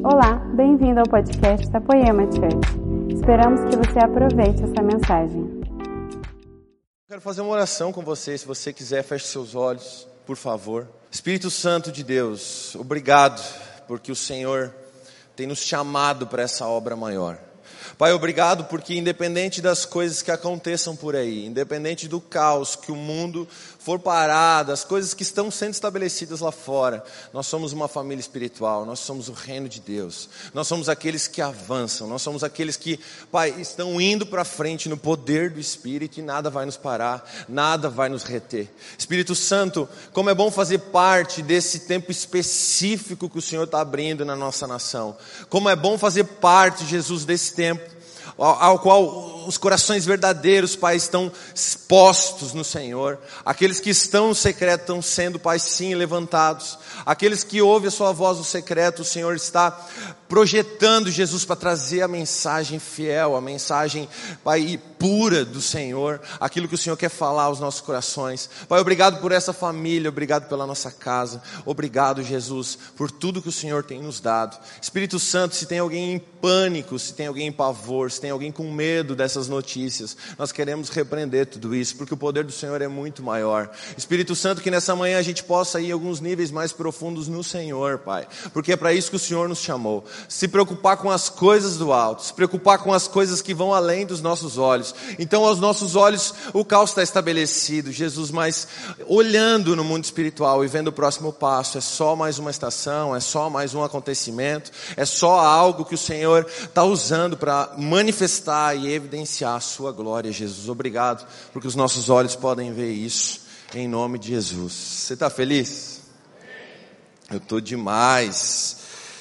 Olá, bem-vindo ao podcast da Poema Church. Esperamos que você aproveite essa mensagem. Quero fazer uma oração com você. Se você quiser, feche seus olhos, por favor. Espírito Santo de Deus, obrigado porque o Senhor tem nos chamado para essa obra maior. Pai, obrigado porque independente das coisas que aconteçam por aí, independente do caos que o mundo for parar, das coisas que estão sendo estabelecidas lá fora, nós somos uma família espiritual, nós somos o reino de Deus, nós somos aqueles que avançam, nós somos aqueles que, Pai, estão indo para frente no poder do Espírito e nada vai nos parar, nada vai nos reter. Espírito Santo, como é bom fazer parte desse tempo específico que o Senhor está abrindo na nossa nação, como é bom fazer parte, Jesus, desse tempo ao qual os corações verdadeiros, Pai, estão expostos no Senhor. Aqueles que estão no secreto estão sendo, Pai, sim, levantados. Aqueles que ouvem a sua voz no secreto, o Senhor está projetando Jesus para trazer a mensagem fiel, a mensagem, Pai, pura do Senhor, aquilo que o Senhor quer falar aos nossos corações. Pai, obrigado por essa família, obrigado pela nossa casa, obrigado, Jesus, por tudo que o Senhor tem nos dado. Espírito Santo, se tem alguém em pânico, se tem alguém em pavor, se tem alguém com medo dessas notícias, nós queremos repreender tudo isso, porque o poder do Senhor é muito maior. Espírito Santo, que nessa manhã a gente possa ir a alguns níveis mais profundos no Senhor, Pai, porque é para isso que o Senhor nos chamou. Se preocupar com as coisas do alto, se preocupar com as coisas que vão além dos nossos olhos. Então aos nossos olhos o caos está estabelecido, Jesus, mas olhando no mundo espiritual e vendo o próximo passo, é só mais uma estação, é só mais um acontecimento, é só algo que o Senhor está usando para manifestar e evidenciar a sua glória. Jesus, obrigado, porque os nossos olhos podem ver isso, em nome de Jesus. Você está feliz? Eu estou demais.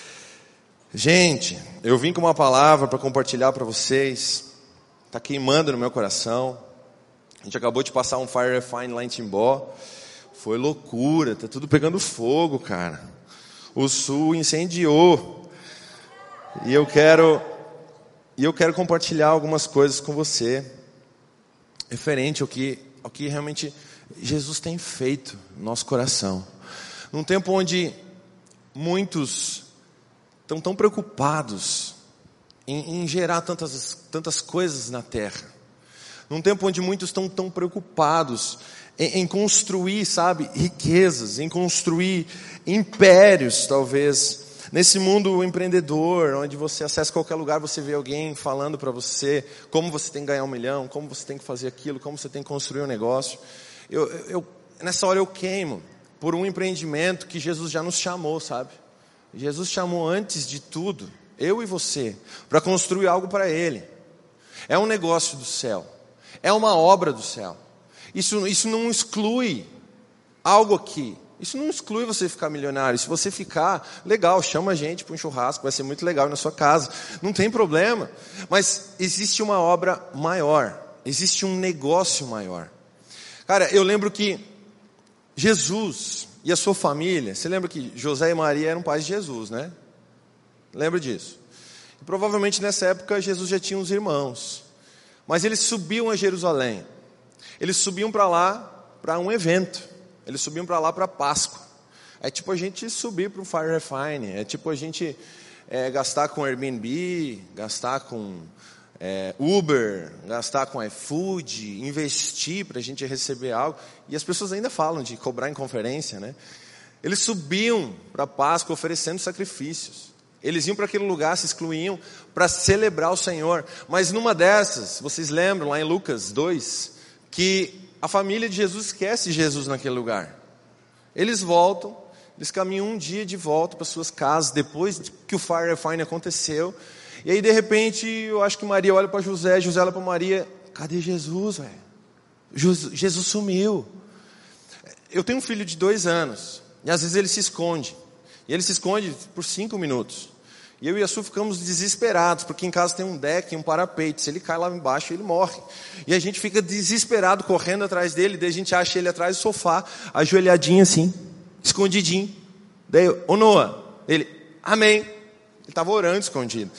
Gente, eu vim com uma palavra para compartilhar para vocês. Está queimando no meu coração. A gente acabou de passar um Fire Refine lá em Timbó. Foi loucura, tá tudo pegando fogo, cara. O sul incendiou. E eu quero compartilhar algumas coisas com você, referente ao que realmente Jesus tem feito no nosso coração. Num tempo onde muitos estão tão preocupados em gerar tantas coisas na terra. Num tempo onde muitos estão tão preocupados em construir, sabe, riquezas, em construir impérios, talvez. Nesse mundo empreendedor, onde você acessa qualquer lugar, você vê alguém falando para você como você tem que ganhar 1 milhão, como você tem que fazer aquilo, como você tem que construir um negócio. Nessa hora eu queimo por um empreendimento que Jesus já nos chamou, sabe? Jesus chamou antes de tudo, eu e você, para construir algo para Ele. É um negócio do céu, é uma obra do céu. Isso não exclui algo aqui. Isso não exclui você ficar milionário. Se você ficar, legal, chama a gente para um churrasco, vai ser muito legal na sua casa. Não tem problema. Mas existe uma obra maior, existe um negócio maior. Cara, eu lembro que Jesus e a sua família, você lembra que José e Maria eram pais de Jesus, né? Lembra disso? E provavelmente nessa época Jesus já tinha uns irmãos. Mas eles subiam a Jerusalém. Eles subiam para lá para um evento. Eles subiam para lá para Páscoa. É tipo a gente subir para um Fire Refine. É tipo a gente gastar com Airbnb, gastar com Uber, gastar com iFood, investir para a gente receber algo. E as pessoas ainda falam de cobrar em conferência, né? Eles subiam para Páscoa oferecendo sacrifícios. Eles iam para aquele lugar, se excluíam para celebrar o Senhor. Mas numa dessas, vocês lembram lá em Lucas 2, que a família de Jesus esquece Jesus naquele lugar. Eles voltam, eles caminham um dia de volta para suas casas, depois que o Fire Refine aconteceu. E aí de repente, eu acho que Maria olha para José, José olha para Maria, cadê Jesus, velho? Jesus sumiu. Eu tenho um filho de 2 anos, e às vezes ele se esconde. E ele se esconde por 5 minutos. E eu e a Su ficamos desesperados, porque em casa tem um deck, um parapeito. Se ele cai lá embaixo, ele morre. E a gente fica desesperado, correndo atrás dele. Daí a gente acha ele atrás do sofá, ajoelhadinho assim, escondidinho. Daí, ô Noah, ele, amém. Ele estava orando escondido.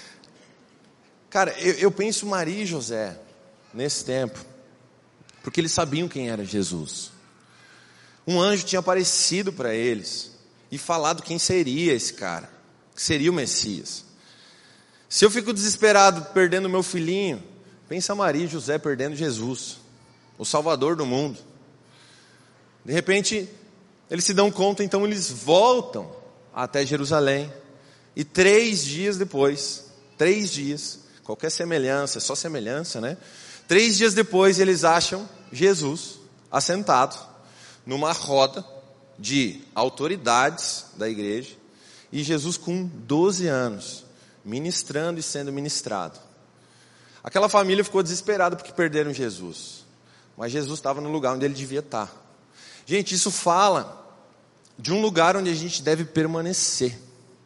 Cara, eu penso Maria e José, nesse tempo, porque eles sabiam quem era Jesus. Um anjo tinha aparecido para eles e falado quem seria esse cara. que seria o Messias. Se eu fico desesperado perdendo meu filhinho, pensa Maria e José perdendo Jesus, o Salvador do mundo. De repente, eles se dão conta, então eles voltam até Jerusalém. E 3 dias depois, 3 dias, qualquer semelhança, é só semelhança, né? 3 dias depois eles acham Jesus assentado numa roda de autoridades da igreja. E Jesus com 12 anos, ministrando e sendo ministrado. Aquela família ficou desesperada porque perderam Jesus. Mas Jesus estava no lugar onde ele devia estar. Gente, isso fala de um lugar onde a gente deve permanecer.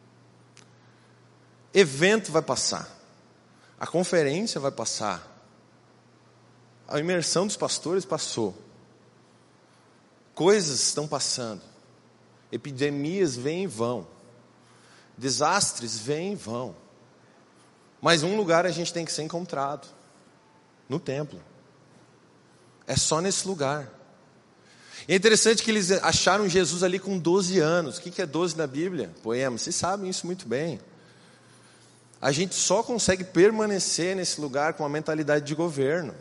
Evento vai passar. A conferência vai passar. A imersão dos pastores passou. Coisas estão passando. Epidemias vêm e vão. Desastres vêm e vão. Mas um lugar a gente tem que ser encontrado. No templo. É só nesse lugar. E é interessante que eles acharam Jesus ali com 12 anos. O que é 12 na Bíblia? Poema. Vocês sabem isso muito bem. A gente só consegue permanecer nesse lugar com uma mentalidade de governo.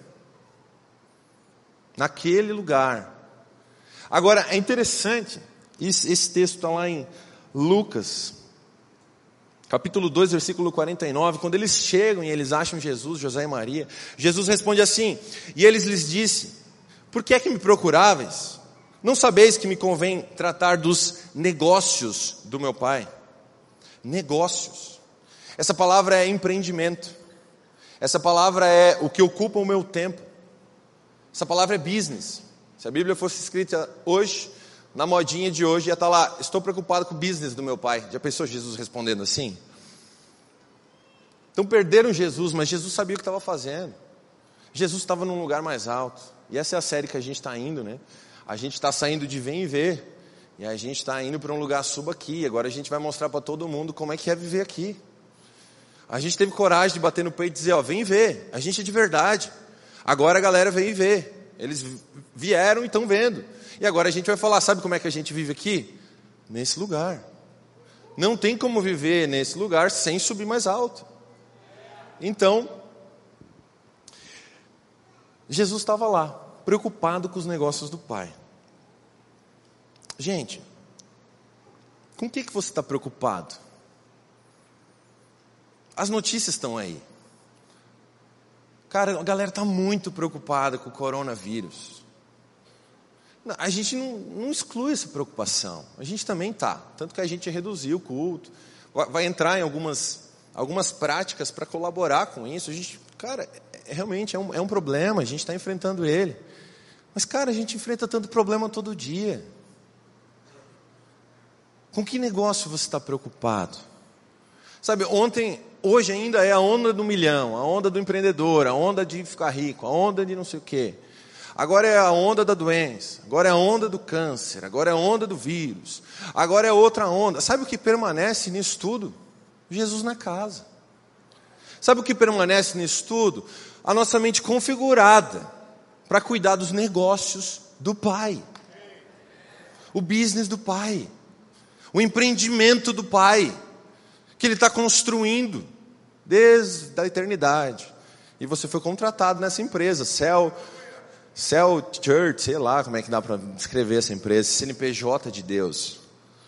Naquele lugar. Agora, é interessante. Esse texto está lá em Lucas, capítulo 2, versículo 49, quando eles chegam e eles acham Jesus, José e Maria, Jesus responde assim: e eles lhes disse: por que é que me procuráveis? Não sabeis que me convém tratar dos negócios do meu pai? Negócios. Essa palavra é empreendimento. Essa palavra é o que ocupa o meu tempo. Essa palavra é business. Se a Bíblia fosse escrita hoje, na modinha de hoje, ia estar lá: estou preocupado com o business do meu pai. Já pensou Jesus respondendo assim? Então perderam Jesus, mas Jesus sabia o que estava fazendo. Jesus estava num lugar mais alto. E essa é a série que a gente está indo, né? A gente está saindo de Vem e Vê, e a gente está indo para um lugar suba aqui. Agora a gente vai mostrar para todo mundo como é que é viver aqui. A gente teve coragem de bater no peito e dizer: ó, vem ver, a gente é de verdade. Agora a galera vem ver. Eles vieram e estão vendo. E agora a gente vai falar: sabe como é que a gente vive aqui? Nesse lugar. Não tem como viver nesse lugar sem subir mais alto. Então, Jesus estava lá, preocupado com os negócios do Pai. Gente, com o que você está preocupado? As notícias estão aí. Cara, a galera está muito preocupada com o coronavírus. A gente não exclui essa preocupação. A gente também está. Tanto que a gente reduziu o culto. Vai entrar em algumas práticas para colaborar com isso. A gente, cara, realmente é um problema. A gente está enfrentando ele. Mas, cara, a gente enfrenta tanto problema todo dia. Com que negócio você está preocupado? Sabe, hoje ainda é a onda do milhão, a onda do empreendedor, a onda de ficar rico, a onda de não sei o quê. Agora é a onda da doença, agora é a onda do câncer, agora é a onda do vírus, agora é outra onda. Sabe o que permanece nisso tudo? Jesus na casa. Sabe o que permanece nisso tudo? A nossa mente configurada para cuidar dos negócios do Pai. O business do Pai. O empreendimento do Pai. Que Ele está construindo desde a eternidade. E você foi contratado nessa empresa, Cell Church, sei lá como é que dá para descrever essa empresa, CNPJ de Deus.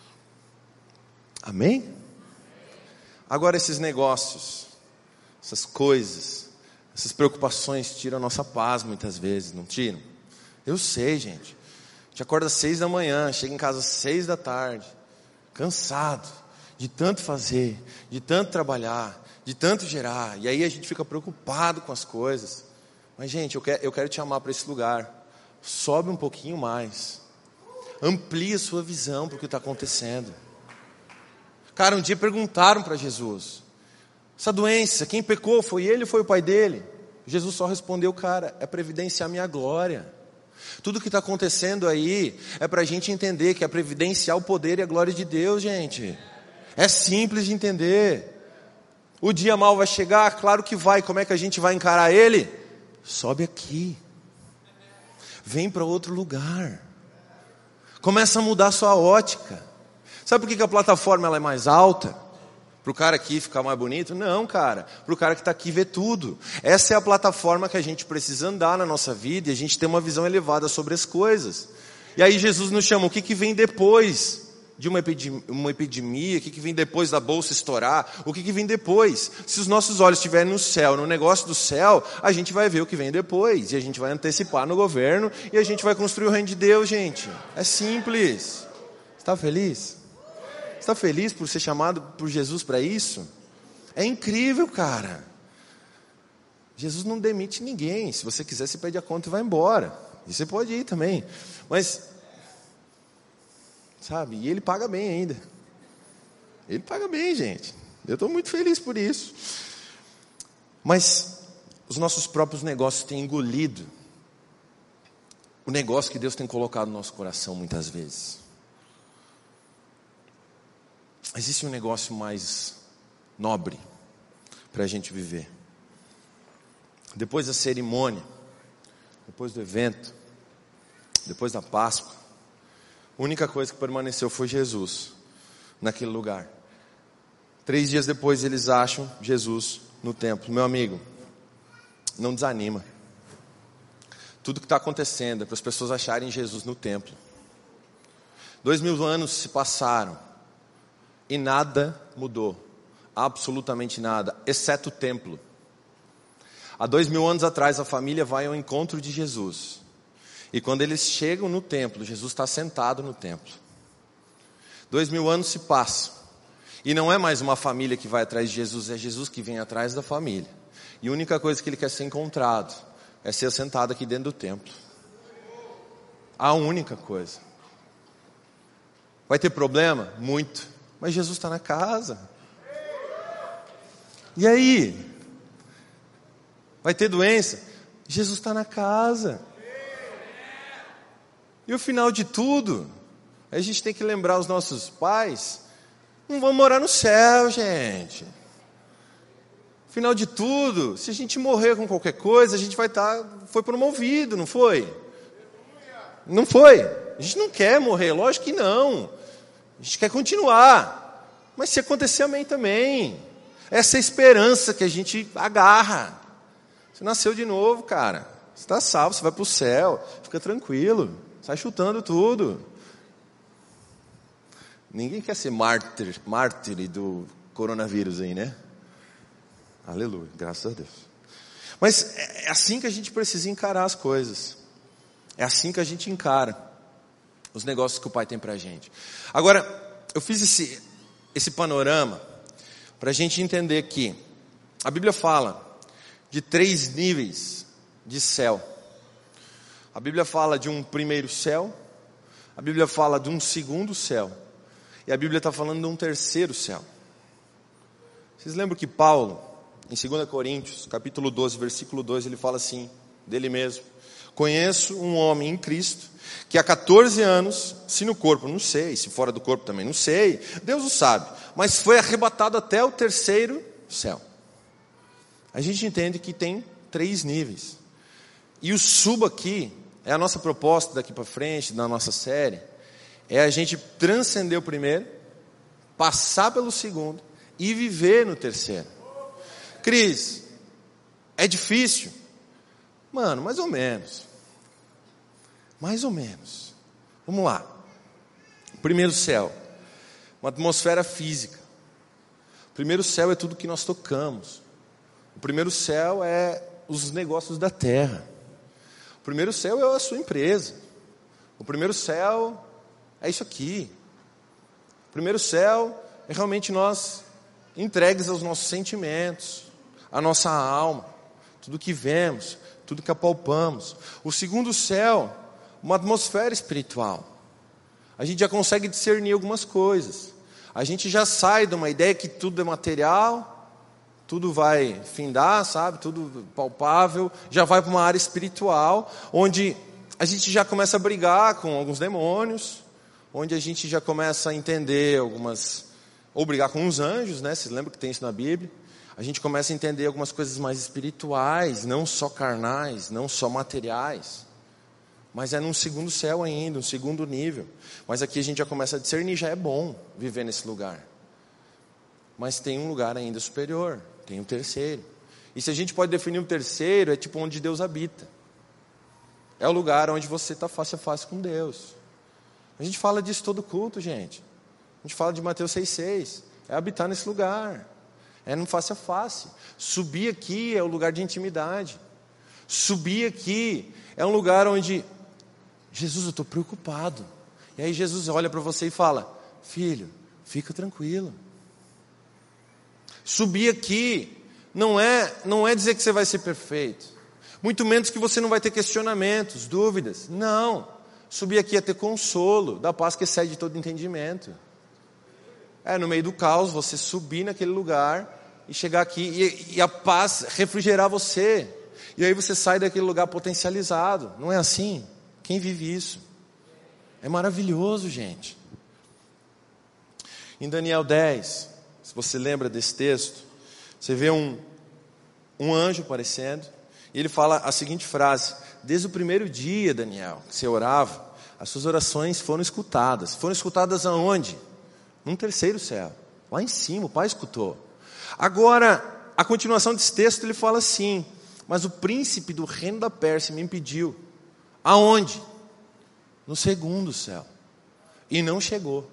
Amém? Agora esses negócios, essas coisas, essas preocupações tiram a nossa paz muitas vezes, não tiram? Eu sei, gente. A gente acorda às 6 da manhã, chega em casa às 6 da tarde, cansado de tanto fazer, de tanto trabalhar, de tanto gerar. E aí a gente fica preocupado com as coisas. Mas, gente, eu quero te chamar para esse lugar. Sobe um pouquinho mais. Amplie a sua visão para o que está acontecendo. Cara, um dia perguntaram para Jesus: essa doença, quem pecou? Foi ele ou foi o pai dele? Jesus só respondeu: cara, é para evidenciar minha glória. Tudo que está acontecendo aí é para a gente entender que é para evidenciar o poder e a glória de Deus, gente. É simples de entender. O dia mal vai chegar? Claro que vai. Como é que a gente vai encarar ele? Sobe aqui. Vem para outro lugar. Começa a mudar a sua ótica. Sabe por que a plataforma ela é mais alta? Para o cara aqui ficar mais bonito? Não, cara. Para o cara que está aqui ver tudo. Essa é a plataforma que a gente precisa andar na nossa vida e a gente tem uma visão elevada sobre as coisas. E aí Jesus nos chama, o que vem depois de uma epidemia? O que vem depois da bolsa estourar? O que vem depois? Se os nossos olhos estiverem no céu, no negócio do céu, a gente vai ver o que vem depois. E a gente vai antecipar no governo e a gente vai construir o reino de Deus, gente. É simples. Está feliz? Está feliz por ser chamado por Jesus para isso? É incrível, cara. Jesus não demite ninguém. Se você quiser, você pede a conta e vai embora. E você pode ir também. Mas, sabe, e ele paga bem ainda. Ele paga bem, gente. Eu estou muito feliz por isso. Mas os nossos próprios negócios têm engolido o negócio que Deus tem colocado no nosso coração muitas vezes. Existe um negócio mais nobre para a gente viver. Depois da cerimônia, depois do evento, depois da Páscoa, a única coisa que permaneceu foi Jesus naquele lugar. 3 dias depois eles acham Jesus no templo. Meu amigo, não desanima. Tudo que está acontecendo é para as pessoas acharem Jesus no templo. 2000 anos se passaram. E nada mudou, absolutamente nada, exceto o templo. Há 2000 anos atrás a família vai ao encontro de Jesus. E quando eles chegam no templo, Jesus está sentado no templo. 2000 anos se passam. E não é mais uma família que vai atrás de Jesus, é Jesus que vem atrás da família. E a única coisa que ele quer ser encontrado é ser sentado aqui dentro do templo. A única coisa. Vai ter problema? Muito. Mas Jesus está na casa. E aí? Vai ter doença? Jesus está na casa. E o final de tudo, a gente tem que lembrar os nossos pais, não vão morar no céu, gente. Final de tudo, se a gente morrer com qualquer coisa, a gente vai estar, foi promovido, não foi? Não foi? A gente não quer morrer, lógico que não. A gente quer continuar. Mas se acontecer, amém também. Essa é a esperança que a gente agarra. Você nasceu de novo, cara. Você está salvo, você vai para o céu. Fica tranquilo. Sai chutando tudo. Ninguém quer ser mártir do coronavírus aí, né? Aleluia, graças a Deus. Mas é assim que a gente precisa encarar as coisas. É assim que a gente encara os negócios que o Pai tem pra gente. Agora, eu fiz esse panorama para a gente entender que a Bíblia fala de 3 níveis de céu. A Bíblia fala de um primeiro céu, a Bíblia fala de um segundo céu, e a Bíblia está falando de um terceiro céu. Vocês lembram que Paulo, em 2 Coríntios, capítulo 12, versículo 2, ele fala assim, dele mesmo: conheço um homem em Cristo, que há 14 anos, se no corpo, não sei, se fora do corpo também, não sei, Deus o sabe, mas foi arrebatado até o terceiro céu. A gente entende que tem 3 níveis. E o sub aqui, é a nossa proposta daqui para frente, na nossa série, é a gente transcender o primeiro, passar pelo segundo e viver no terceiro. Cris, é difícil? Mano, mais ou menos. Mais ou menos. Vamos lá. O primeiro céu, uma atmosfera física. O primeiro céu é tudo que nós tocamos. O primeiro céu é os negócios da terra. O primeiro céu é a sua empresa. O primeiro céu é isso aqui. O primeiro céu é realmente nós entregues aos nossos sentimentos, à nossa alma, tudo que vemos, tudo que apalpamos. O segundo céu, uma atmosfera espiritual. A gente já consegue discernir algumas coisas. A gente já sai de uma ideia que tudo é material, tudo vai findar, sabe? Tudo palpável. Já vai para uma área espiritual, onde a gente já começa a brigar com alguns demônios, onde a gente já começa a entender ou brigar com os anjos, né? Vocês lembram que tem isso na Bíblia? A gente começa a entender algumas coisas mais espirituais, não só carnais, não só materiais. Mas é num segundo céu ainda, um segundo nível. Mas aqui a gente já começa a discernir, já é bom viver nesse lugar. Mas tem um lugar ainda superior, tem um terceiro. E se a gente pode definir o terceiro, é tipo onde Deus habita. É o lugar onde você está face a face com Deus. A gente fala disso todo culto, gente. A gente fala de Mateus 6,6. É habitar nesse lugar. É no face a face. Subir aqui é o lugar de intimidade. Subir aqui é um lugar onde, Jesus, eu estou preocupado. E aí Jesus olha para você e fala, filho, fica tranquilo. Subir aqui não é dizer que você vai ser perfeito. Muito menos que você não vai ter questionamentos, dúvidas. Não. Subir aqui é ter consolo, da paz que excede todo entendimento. No meio do caos, você subir naquele lugar e chegar aqui e a paz refrigerar você. E aí você sai daquele lugar potencializado. Não é assim? Quem vive isso? É maravilhoso, gente. Em Daniel 10, se você lembra desse texto, você vê um anjo aparecendo e ele fala a seguinte frase: desde o primeiro dia, Daniel, que você orava, as suas orações foram escutadas. Foram escutadas aonde? Num terceiro céu, lá em cima, o Pai escutou. Agora, a continuação desse texto, ele fala assim: mas o príncipe do reino da Pérsia me impediu. Aonde? No segundo céu. E não chegou.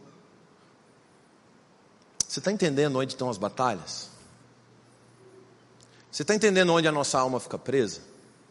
Você está entendendo onde estão as batalhas? Você está entendendo onde a nossa alma fica presa?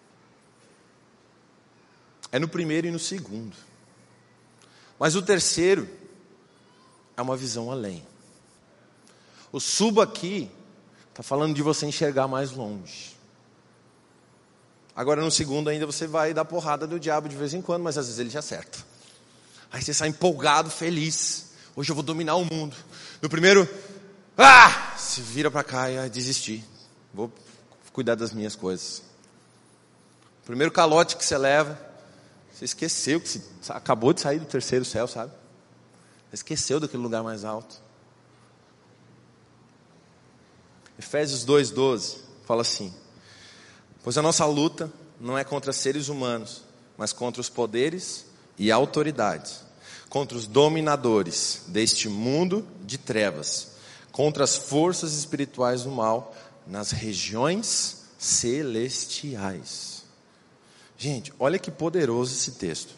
É no primeiro e no segundo. Mas o terceiro é uma visão além. O suba aqui está falando de você enxergar mais longe. Agora no segundo ainda você vai dar porrada do diabo de vez em quando, mas às vezes ele te acerta. Aí você sai empolgado, feliz. Hoje eu vou dominar o mundo. No primeiro, se vira para cá e desisti. Vou cuidar das minhas coisas. O primeiro calote que você leva, você esqueceu que você acabou de sair do terceiro céu, sabe? Você esqueceu daquele lugar mais alto. Efésios 2,12 fala assim: pois a nossa luta não é contra seres humanos, mas contra os poderes e autoridades, contra os dominadores deste mundo de trevas, contra as forças espirituais do mal nas regiões celestiais. Gente, olha que poderoso esse texto.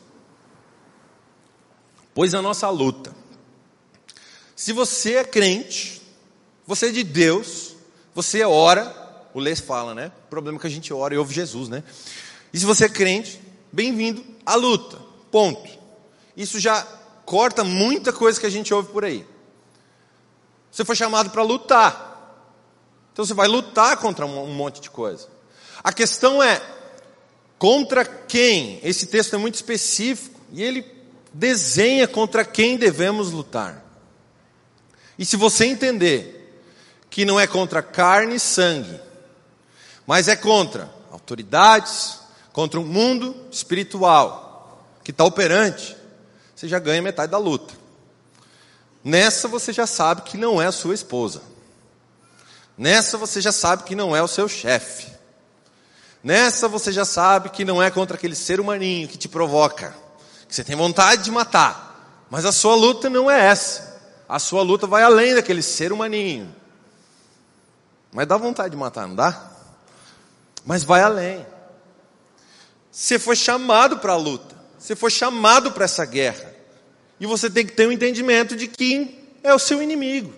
Pois a nossa luta. Se você é crente, você é de Deus, você ora, o Lê fala, né? O problema é que a gente ora e ouve Jesus, né? E se você é crente, bem-vindo à luta. Ponto. Isso já corta muita coisa que a gente ouve por aí. Você foi chamado para lutar. Então você vai lutar contra um monte de coisa. A questão é, contra quem? Esse texto é muito específico e ele desenha contra quem devemos lutar. E se você entender que não é contra carne e sangue, mas é contra autoridades, contra um mundo espiritual que está operante, você já ganha metade da luta. Nessa você já sabe que não é a sua esposa. Nessa você já sabe que não é o seu chefe. Nessa você já sabe que não é contra aquele ser humaninho que te provoca, que você tem vontade de matar. Mas a sua luta não é essa. A sua luta vai além daquele ser humaninho. Mas dá vontade de matar, não dá? Mas vai além. Você foi chamado para a luta. Você foi chamado para essa guerra. E você tem que ter um entendimento de quem é o seu inimigo.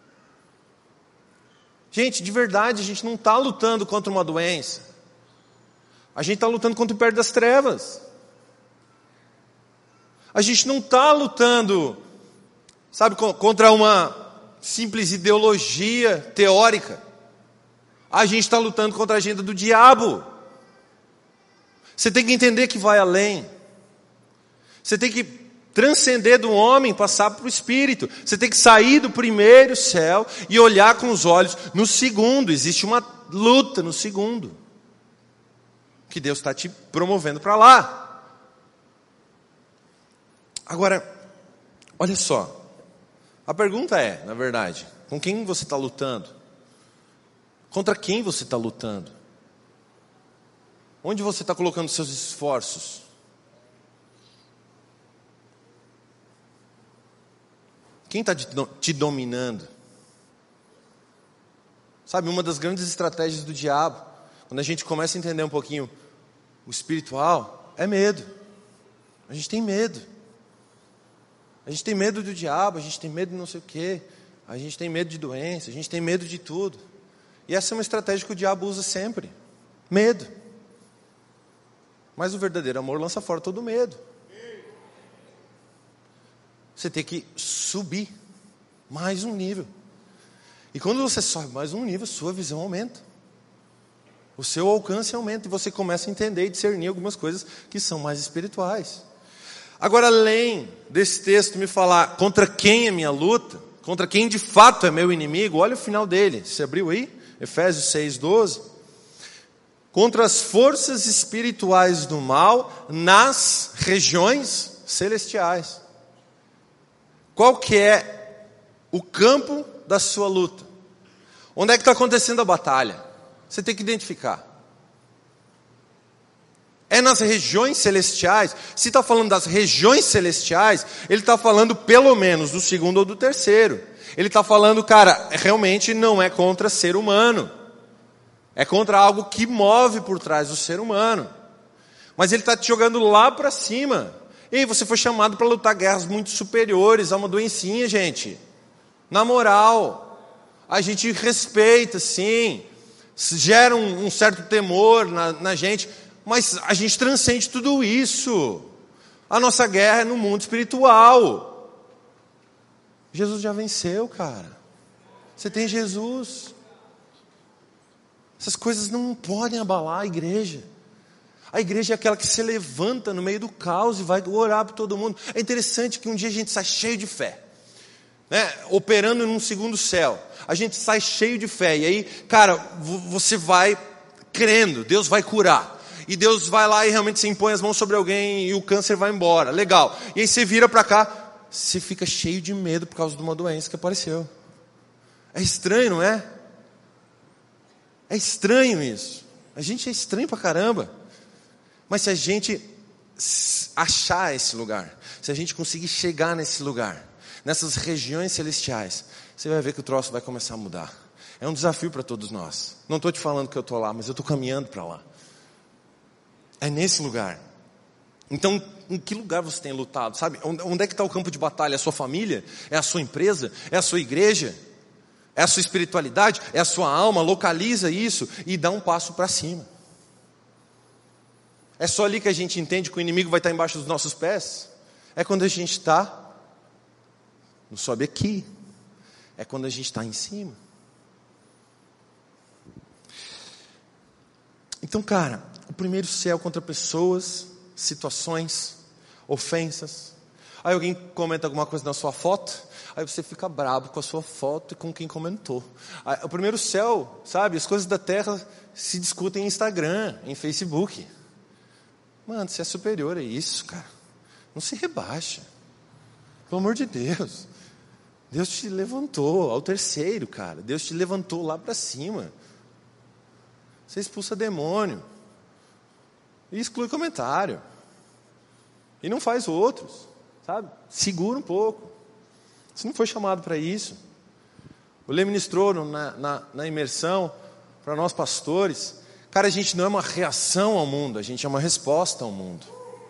Gente, de verdade, a gente não está lutando contra uma doença. A gente está lutando contra o império das trevas. A gente não está lutando, sabe, contra uma simples ideologia teórica. A gente está lutando contra a agenda do diabo. Você tem que entender que vai além. Você tem que transcender do homem, passar para o espírito. Você tem que sair do primeiro céu e olhar com os olhos no segundo. Existe uma luta no segundo, que Deus está te promovendo para lá. Agora, olha só. A pergunta é, na verdade, com quem você está lutando? Contra quem você está lutando? Onde você está colocando seus esforços? Quem está te dominando? Sabe, uma das grandes estratégias do diabo, quando a gente começa a entender um pouquinho o espiritual, é medo. A gente tem medo. A gente tem medo do diabo, a gente tem medo de não sei o quê, a gente tem medo de doença, a gente tem medo de tudo. E essa é uma estratégia que o diabo usa sempre. Medo. Mas o verdadeiro amor lança fora todo medo. Você tem que subir mais um nível. E quando você sobe mais um nível, sua visão aumenta. O seu alcance aumenta e você começa a entender e discernir algumas coisas que são mais espirituais. Agora, além desse texto me falar contra quem é minha luta, contra quem de fato é meu inimigo, olha o final dele. Você abriu aí? Efésios 6:12. Contra as forças espirituais do mal nas regiões celestiais. Qual que é o campo da sua luta? Onde é que está acontecendo a batalha? Você tem que identificar. É nas regiões celestiais. Se está falando das regiões celestiais, ele está falando pelo menos do segundo ou do terceiro. Ele está falando, cara, realmente não é contra ser humano. É contra algo que move por trás do ser humano. Mas ele está te jogando lá para cima. E você foi chamado para lutar guerras muito superiores a uma doencinha, gente. Na moral, a gente respeita, sim. Gera um certo temor na gente. Mas a gente transcende tudo isso. A nossa guerra é no mundo espiritual. Jesus já venceu, cara. Você tem Jesus. Essas coisas não podem abalar a igreja. A igreja é aquela que se levanta no meio do caos e vai orar para todo mundo. É interessante que um dia a gente sai cheio de fé, né? Operando num segundo céu. A gente sai cheio de fé. E aí, cara, você vai crendo, Deus vai curar. E Deus vai lá e realmente você impõe as mãos sobre alguém e o câncer vai embora. Legal. E aí você vira para cá, você fica cheio de medo por causa de uma doença que apareceu. É estranho, não é? É estranho isso. A gente é estranho pra caramba. Mas se a gente achar esse lugar, se a gente conseguir chegar nesse lugar, nessas regiões celestiais, você vai ver que o troço vai começar a mudar. É um desafio para todos nós. Não estou te falando que eu estou lá, mas eu estou caminhando para lá. É nesse lugar. Então, em que lugar você tem lutado? Sabe? Onde é que está o campo de batalha? É a sua família? É a sua empresa? É a sua igreja? É a sua espiritualidade? É a sua alma? Localiza isso e dá um passo para cima. É só ali que a gente entende que o inimigo vai estar embaixo dos nossos pés? É quando a gente está, não sobe aqui, é quando a gente está em cima. Então, cara, o primeiro céu contra pessoas, situações, ofensas. Aí alguém comenta alguma coisa na sua foto, aí você fica bravo com a sua foto e com quem comentou. Aí, o primeiro céu, sabe, as coisas da terra se discutem em Instagram, em Facebook. Mano, você é superior a isso, cara. Não se rebaixa. Pelo amor de Deus. Deus te levantou ao terceiro, cara. Deus te levantou lá para cima. Você expulsa demônio. E exclui comentário. E não faz outros, sabe? Segura um pouco. Você não foi chamado para isso. O Lê ministrou na imersão para nós pastores. Cara, a gente não é uma reação ao mundo, a gente é uma resposta ao mundo.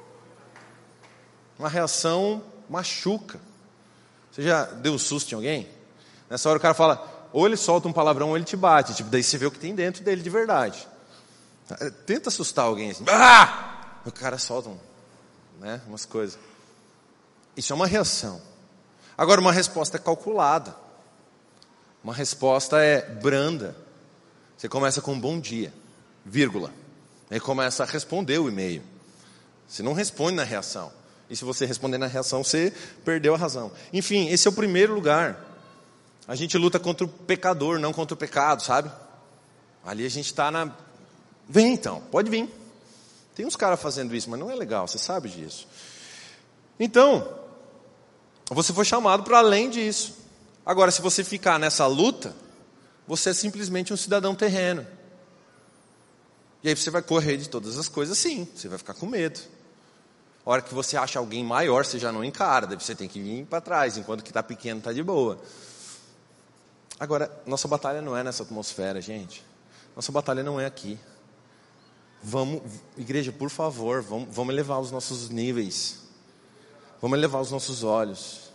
Uma reação machuca. Você já deu um susto em alguém? Nessa hora o cara fala, ou ele solta um palavrão ou ele te bate. Tipo, daí você vê o que tem dentro dele de verdade. Tenta assustar alguém assim. Ah! O cara solta umas coisas. Isso é uma reação. Agora, uma resposta é calculada. Uma resposta é branda. Você começa com um bom dia. Vírgula. Aí começa a responder o e-mail. Você não responde na reação. E se você responder na reação, você perdeu a razão. Enfim, esse é o primeiro lugar. A gente luta contra o pecador, não contra o pecado, sabe? Ali a gente está na... Vem então, pode vir. Tem uns caras fazendo isso, mas não é legal, você sabe disso. Então, você foi chamado para além disso. Agora, se você ficar nessa luta, você é simplesmente um cidadão terreno. E aí você vai correr de todas as coisas, sim. Você vai ficar com medo. A hora que você acha alguém maior, você já não encara. Daí você tem que vir para trás. Enquanto que está pequeno, está de boa. Agora, nossa batalha não é nessa atmosfera, gente. Nossa batalha não é aqui. Vamos, igreja, por favor, vamos elevar os nossos níveis. Vamos elevar os nossos olhos.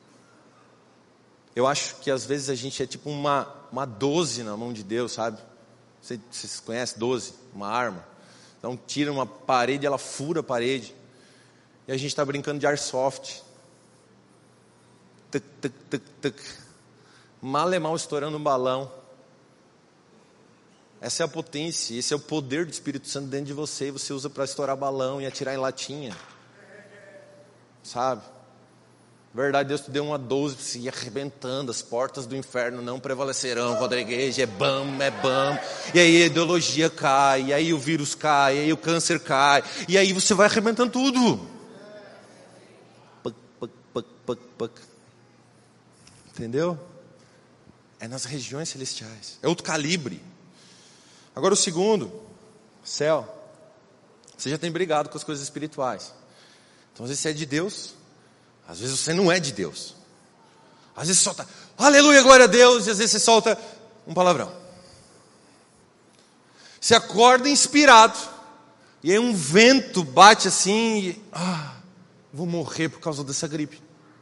Eu acho que às vezes a gente é tipo uma 12 na mão de Deus, sabe? Vocês conhecem 12? Uma arma. Então tira uma parede, ela fura a parede. E a gente está brincando de airsoft. Tuc, tuc, tuc, tuc. Mal e mal estourando um balão. Essa é a potência, esse é o poder do Espírito Santo dentro de você. E você usa para estourar balão e atirar em latinha. Sabe? Verdade, Deus te deu uma 12 para se ir arrebentando. As portas do inferno não prevalecerão contra a igreja. É bam, é bam. E aí a ideologia cai, e aí o vírus cai, e aí o câncer cai. E aí você vai arrebentando tudo. Puc, puc, puc, puc, puc. Entendeu? É nas regiões celestiais. É outro calibre. Agora o segundo, céu. Você já tem brigado com as coisas espirituais. Então às vezes você é de Deus, às vezes você não é de Deus. Às vezes você solta, aleluia, glória a Deus, e às vezes você solta um palavrão. Você acorda inspirado, e aí um vento bate assim, e, vou morrer por causa dessa gripe.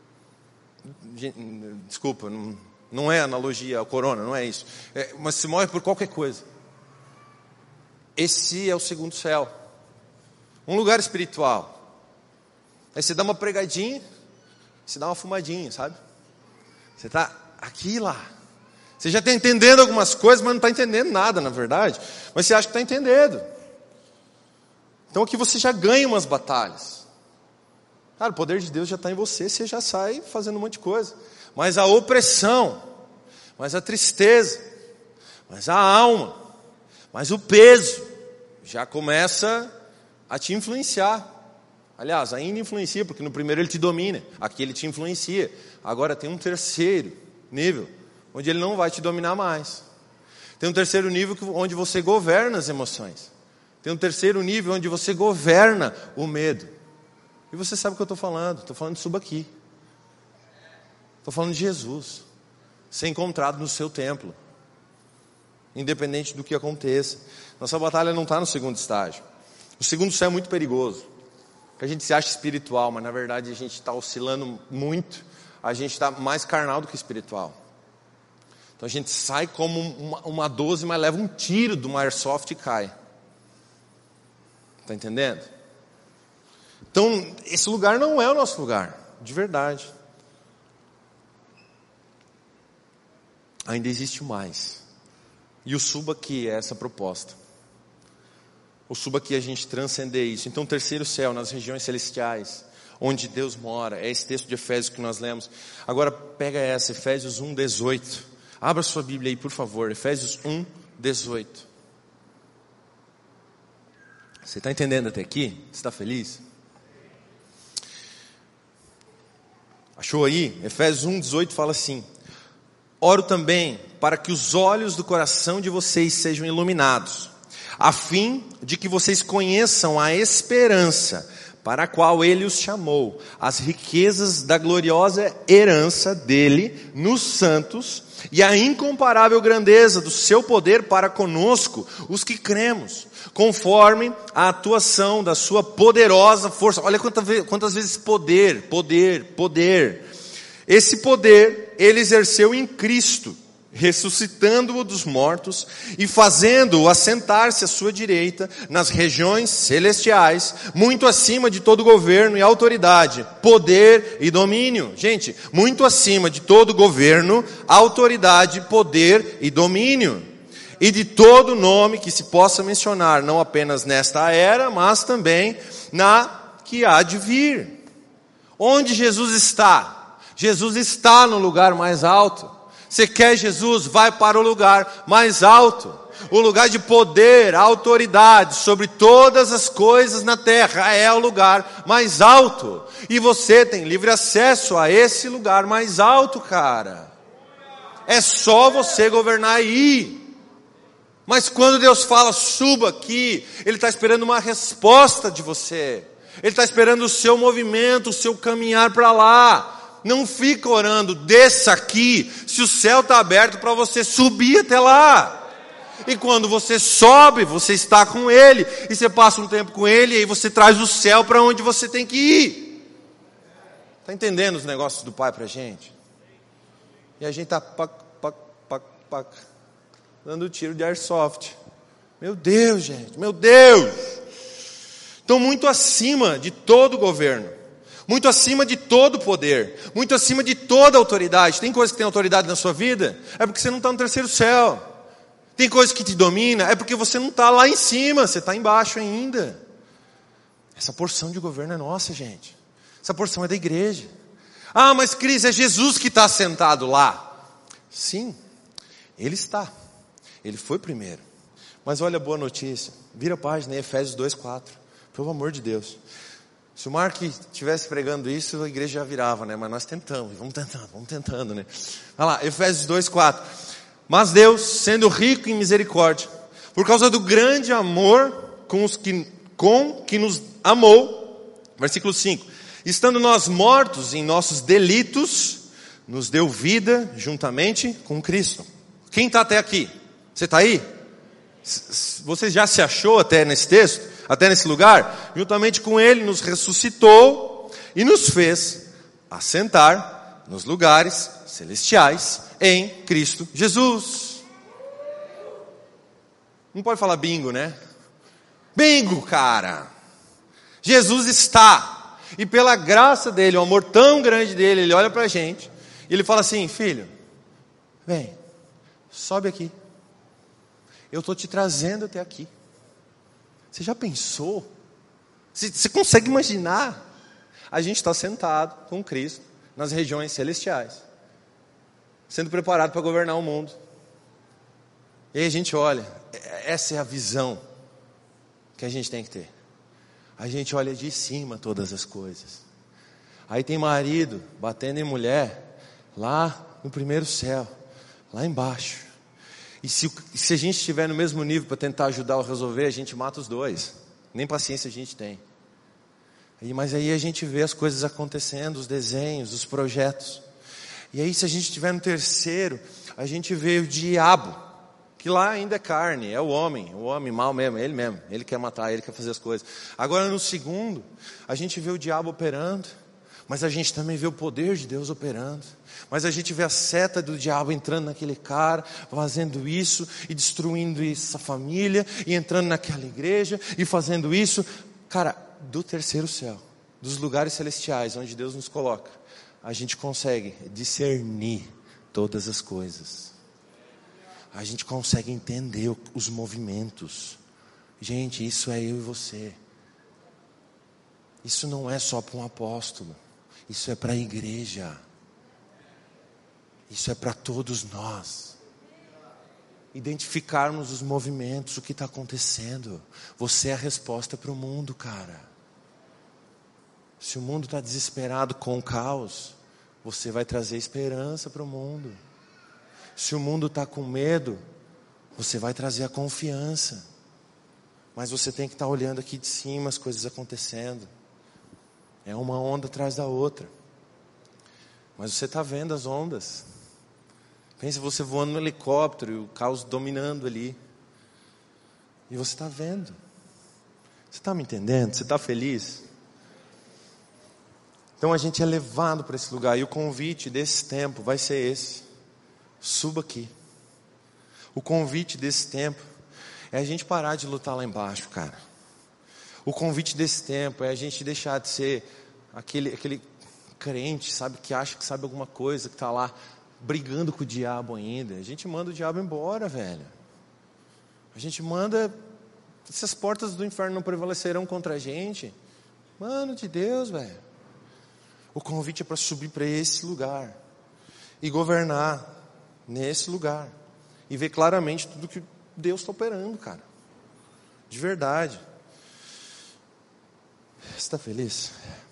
Desculpa, não é analogia ao corona, não é isso. Mas se morre por qualquer coisa. Esse é o segundo céu. Um lugar espiritual. Aí você dá uma pregadinha, você dá uma fumadinha, sabe? Você está aqui e lá. Você já está entendendo algumas coisas, mas não está entendendo nada, na verdade. Mas você acha que está entendendo. Então aqui você já ganha umas batalhas. Cara, o poder de Deus já está em você, você já sai fazendo um monte de coisa. Mas a opressão, mas a tristeza, mas a alma, mas o peso, já começa a te influenciar. Aliás, ainda influencia, porque no primeiro ele te domina, aqui ele te influencia. Agora tem um terceiro nível, onde ele não vai te dominar mais. Tem um terceiro nível onde você governa as emoções. Tem um terceiro nível onde você governa o medo. E você sabe o que eu estou falando de suba aqui. Estou falando de Jesus, ser encontrado no seu templo, independente do que aconteça. Nossa batalha não está no segundo estágio. O segundo céu é muito perigoso, porque a gente se acha espiritual, mas na verdade a gente está oscilando muito. A gente está mais carnal do que espiritual. Então a gente sai como uma 12, mas leva um tiro de uma airsoft e cai. Está entendendo? Então esse lugar não é o nosso lugar, de verdade. Ainda existe mais. E o suba aqui é essa proposta. O suba aqui é a gente transcender isso. Então o terceiro céu, nas regiões celestiais, onde Deus mora, é esse texto de Efésios que nós lemos. Agora pega essa, Efésios 1:18. Abra sua Bíblia aí, por favor, Efésios 1:18. Você está entendendo até aqui? Você está feliz? Achou aí? Efésios 1:18 fala assim: oro também para que os olhos do coração de vocês sejam iluminados, a fim de que vocês conheçam a esperança para a qual Ele os chamou, as riquezas da gloriosa herança dEle nos santos e a incomparável grandeza do seu poder para conosco, os que cremos, conforme a atuação da sua poderosa força. Olha quantas vezes poder. Esse poder Ele exerceu em Cristo, ressuscitando-o dos mortos e fazendo-o assentar-se à sua direita nas regiões celestiais, muito acima de todo governo e autoridade, poder e domínio. Gente, muito acima de todo governo, autoridade, poder e domínio. E de todo nome que se possa mencionar, não apenas nesta era, mas também na que há de vir. Onde Jesus está? Jesus está no lugar mais alto. Você quer Jesus? Vai para o lugar mais alto. O lugar de poder, autoridade sobre todas as coisas na terra. É o lugar mais alto. E você tem livre acesso a esse lugar mais alto, cara. É só você governar aí. Mas quando Deus fala, suba aqui, Ele está esperando uma resposta de você. Ele está esperando o seu movimento, o seu caminhar para lá. Não fica orando, desça aqui, se o céu está aberto para você subir até lá. E quando você sobe, você está com Ele. E você passa um tempo com Ele, e aí você traz o céu para onde você tem que ir. Está entendendo os negócios do Pai para a gente? E a gente está dando tiro de airsoft. Meu Deus, gente, meu Deus. Estão muito acima de todo governo, muito acima de todo poder, muito acima de toda autoridade. Tem coisa que tem autoridade na sua vida? É porque você não está no terceiro céu. Tem coisa que te domina? É porque você não está lá em cima, você está embaixo ainda. Essa porção de governo é nossa, gente. Essa porção é da igreja. Ah, mas Cris, é Jesus que está sentado lá. Sim, Ele está. Ele foi primeiro. Mas olha a boa notícia. Vira a página aí, Efésios 2:4. Pelo amor de Deus. Se o Mark estivesse pregando isso, a igreja já virava, né? Mas nós tentamos, vamos tentando, né? Olha lá, Efésios 2:4. Mas Deus, sendo rico em misericórdia, por causa do grande amor com que nos amou, versículo 5, estando nós mortos em nossos delitos, nos deu vida juntamente com Cristo. Quem está até aqui? Você está aí? Você já se achou até nesse texto? Até nesse lugar? Juntamente com Ele nos ressuscitou e nos fez assentar nos lugares celestiais em Cristo Jesus. Não pode falar bingo, né? Bingo, cara! Jesus está. E pela graça dele, o amor tão grande dele, ele olha para a gente e ele fala assim: filho, vem, sobe aqui. Eu estou te trazendo até aqui. Você já pensou? Você consegue imaginar? A gente está sentado com Cristo nas regiões celestiais, sendo preparado para governar o mundo. E aí a gente olha, essa é a visão que a gente tem que ter. A gente olha de cima todas as coisas. Aí tem marido batendo em mulher lá no primeiro céu, lá embaixo. E se a gente estiver no mesmo nível para tentar ajudar a resolver, a gente mata os dois. Nem paciência a gente tem. Mas aí a gente vê as coisas acontecendo, os desenhos, os projetos. E aí se a gente estiver no terceiro, a gente vê o diabo, que lá ainda é carne, é o homem mau mesmo, ele mesmo. Ele quer matar, ele quer fazer as coisas. Agora no segundo, a gente vê o diabo operando, mas a gente também vê o poder de Deus operando. Mas a gente vê a seta do diabo entrando naquele cara, fazendo isso e destruindo essa família, e entrando naquela igreja e fazendo isso. Cara, do terceiro céu, dos lugares celestiais onde Deus nos coloca, a gente consegue discernir todas as coisas. A gente consegue entender os movimentos. Gente, isso é eu e você. Isso não é só para um apóstolo. Isso é para a igreja. Isso é para todos nós. Identificarmos os movimentos, o que está acontecendo. Você é a resposta para o mundo, cara. Se o mundo está desesperado com o caos, você vai trazer esperança para o mundo. Se o mundo está com medo, você vai trazer a confiança. Mas você tem que estar olhando aqui de cima as coisas acontecendo. É uma onda atrás da outra. Mas você está vendo as ondas. Pense você voando no helicóptero e o caos dominando ali. E você está vendo. Você está me entendendo? Você está feliz? Então a gente é levado para esse lugar. E o convite desse tempo vai ser esse. Suba aqui. O convite desse tempo é a gente parar de lutar lá embaixo, cara. O convite desse tempo é a gente deixar de ser aquele crente, sabe, que acha que sabe alguma coisa, que está lá brigando com o diabo ainda. A gente manda o diabo embora, velho. A gente manda. Se as portas do inferno não prevalecerão contra a gente, mano de Deus, velho. O convite é para subir para esse lugar e governar nesse lugar e ver claramente tudo que Deus está operando, cara. De verdade. Você está feliz?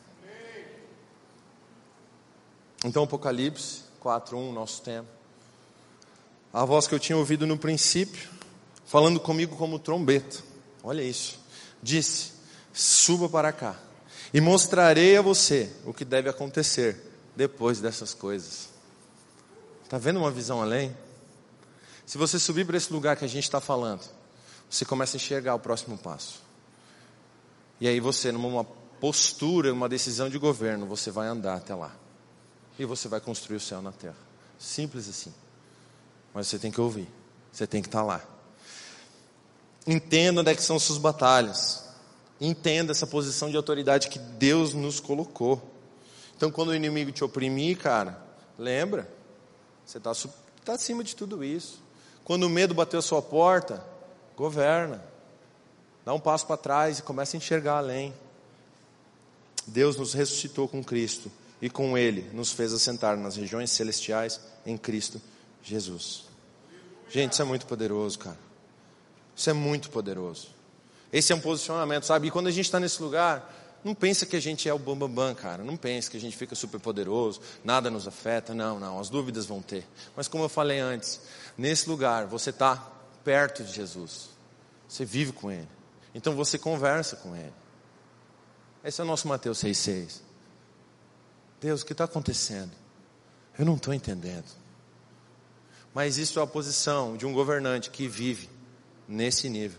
Então, Apocalipse 4:1, nosso tema. A voz que eu tinha ouvido no princípio, falando comigo como trombeta. Olha isso. Disse: suba para cá e mostrarei a você o que deve acontecer depois dessas coisas. Está vendo uma visão além? Se você subir para esse lugar que a gente está falando, você começa a enxergar o próximo passo. E aí você, numa postura, uma decisão de governo, você vai andar até lá. E você vai construir o céu na terra. Simples assim. Mas você tem que ouvir. Você tem que estar lá. Entenda onde é que são suas batalhas. Entenda essa posição de autoridade que Deus nos colocou. Então quando o inimigo te oprimir, cara, lembra, você está acima de tudo isso. Quando o medo bateu a sua porta, governa. Dá um passo para trás e começa a enxergar além. Deus nos ressuscitou com Cristo e com Ele nos fez assentar nas regiões celestiais em Cristo Jesus. Gente, isso é muito poderoso, cara. Isso é muito poderoso. Esse é um posicionamento, sabe? E quando a gente está nesse lugar, não pensa que a gente é o bambambam, cara. Não pensa que a gente fica super poderoso, nada nos afeta. Não, as dúvidas vão ter. Mas como eu falei antes, nesse lugar você está perto de Jesus. Você vive com Ele. Então você conversa com Ele. Esse é o nosso Mateus 6,6. Deus, o que está acontecendo? Eu não estou entendendo. Mas isso é a posição de um governante que vive nesse nível.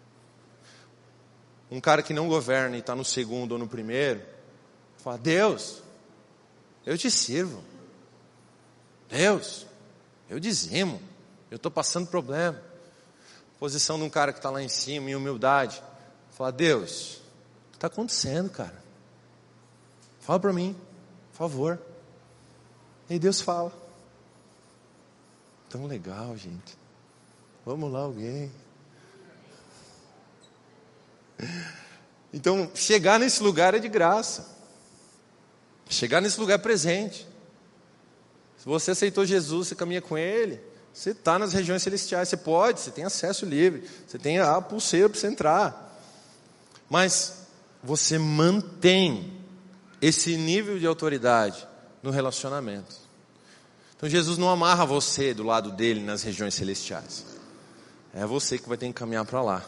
Um cara que não governa e está no segundo ou no primeiro, fala, Deus, eu te sirvo. Deus, eu dizimo. Eu estou passando problema. Posição de um cara que está lá em cima, em humildade. Fala, Deus, o que está acontecendo, cara? Fala para mim, por favor. E aí Deus fala. Tão legal, gente. Vamos lá, alguém. Então, chegar nesse lugar é de graça. Chegar nesse lugar é presente. Se você aceitou Jesus, você caminha com Ele, você está nas regiões celestiais. Você pode, você tem acesso livre. Você tem a pulseira para você entrar. Mas você mantém esse nível de autoridade no relacionamento. Então Jesus não amarra você do lado dele nas regiões celestiais. É você que vai ter que caminhar para lá.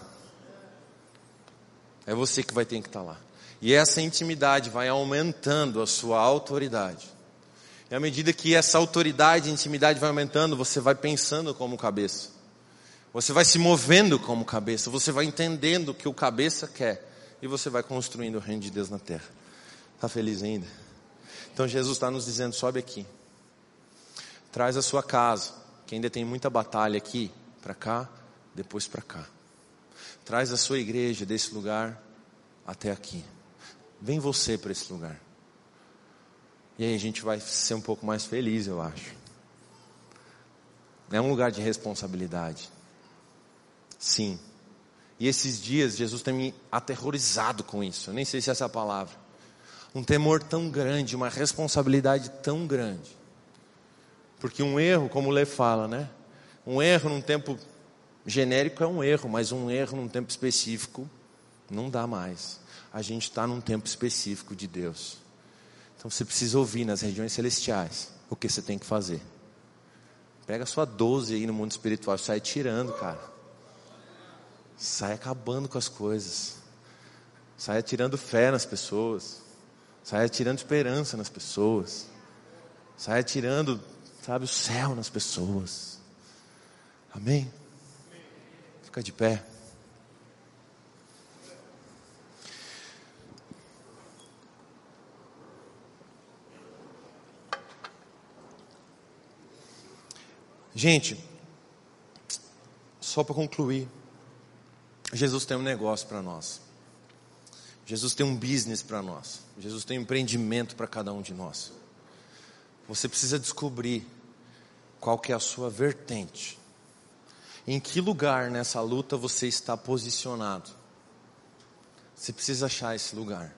É você que vai ter que estar lá. E essa intimidade vai aumentando a sua autoridade. E à medida que essa autoridade e intimidade vai aumentando, você vai pensando como cabeça. Você vai se movendo como cabeça. Você vai entendendo o que o cabeça quer. E você vai construindo o reino de Deus na terra. Está feliz ainda? Então Jesus está nos dizendo, sobe aqui. Traz a sua casa, que ainda tem muita batalha aqui, para cá, depois para cá. Traz a sua igreja desse lugar até aqui. Vem você para esse lugar. E aí a gente vai ser um pouco mais feliz, eu acho. É um lugar de responsabilidade. Sim. E esses dias Jesus tem me aterrorizado com isso. Eu nem sei se é essa a palavra. Um temor tão grande, uma responsabilidade tão grande. Porque um erro, como o Lê fala, né? Um erro num tempo genérico é um erro, mas um erro num tempo específico não dá mais. A gente está num tempo específico de Deus. Então você precisa ouvir nas regiões celestiais o que você tem que fazer. Pega a sua 12 aí no mundo espiritual, sai tirando, cara. Sai acabando com as coisas. Sai atirando fé nas pessoas. Sai atirando esperança nas pessoas. Sai atirando, sabe, o céu nas pessoas. Amém? Fica de pé. Gente, só para concluir, Jesus tem um negócio para nós. Jesus tem um business para nós. Jesus tem um empreendimento para cada um de nós. Você precisa descobrir qual que é a sua vertente. Em que lugar nessa luta você está posicionado. Você precisa achar esse lugar.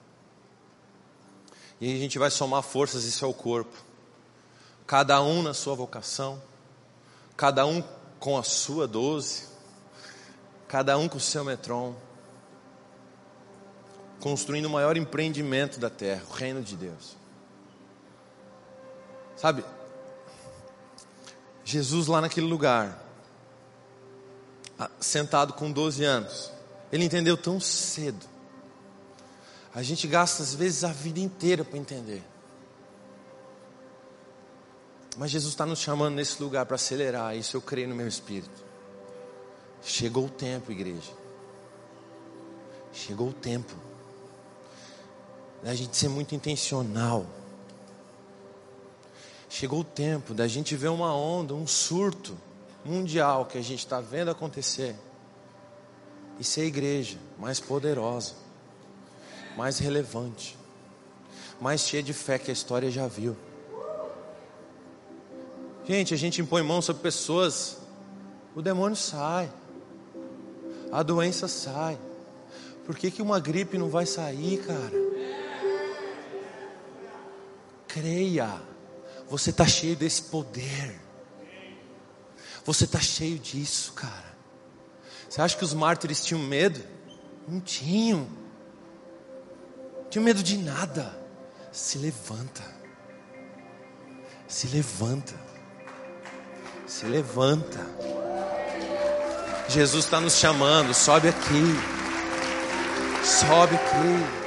E aí a gente vai somar forças, isso é o corpo. Cada um na sua vocação. Cada um com a sua 12. Cada um com o seu metron. Construindo o maior empreendimento da terra, o reino de Deus. Sabe? Jesus lá naquele lugar, sentado com 12 anos, ele entendeu tão cedo. A gente gasta às vezes a vida inteira para entender. Mas Jesus está nos chamando nesse lugar para acelerar. Isso eu creio no meu espírito. Chegou o tempo, igreja. Chegou o tempo da gente ser muito intencional. Chegou o tempo da gente ver uma onda, um surto mundial que a gente está vendo acontecer. E ser a igreja mais poderosa, mais relevante, mais cheia de fé que a história já viu. Gente, a gente impõe mão sobre pessoas, o demônio sai, a doença sai. Por que uma gripe não vai sair, cara? Creia, você está cheio desse poder. Você está cheio disso, cara. Você acha que os mártires tinham medo? Não tinham. Não tinham medo de nada. Se levanta. Se levanta. Se levanta. Jesus está nos chamando. Sobe aqui. Sobe aqui.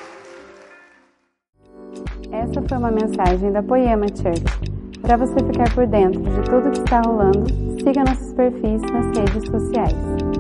Essa foi uma mensagem da Poema Church. Para você ficar por dentro de tudo que está rolando, siga nossos perfis nas redes sociais.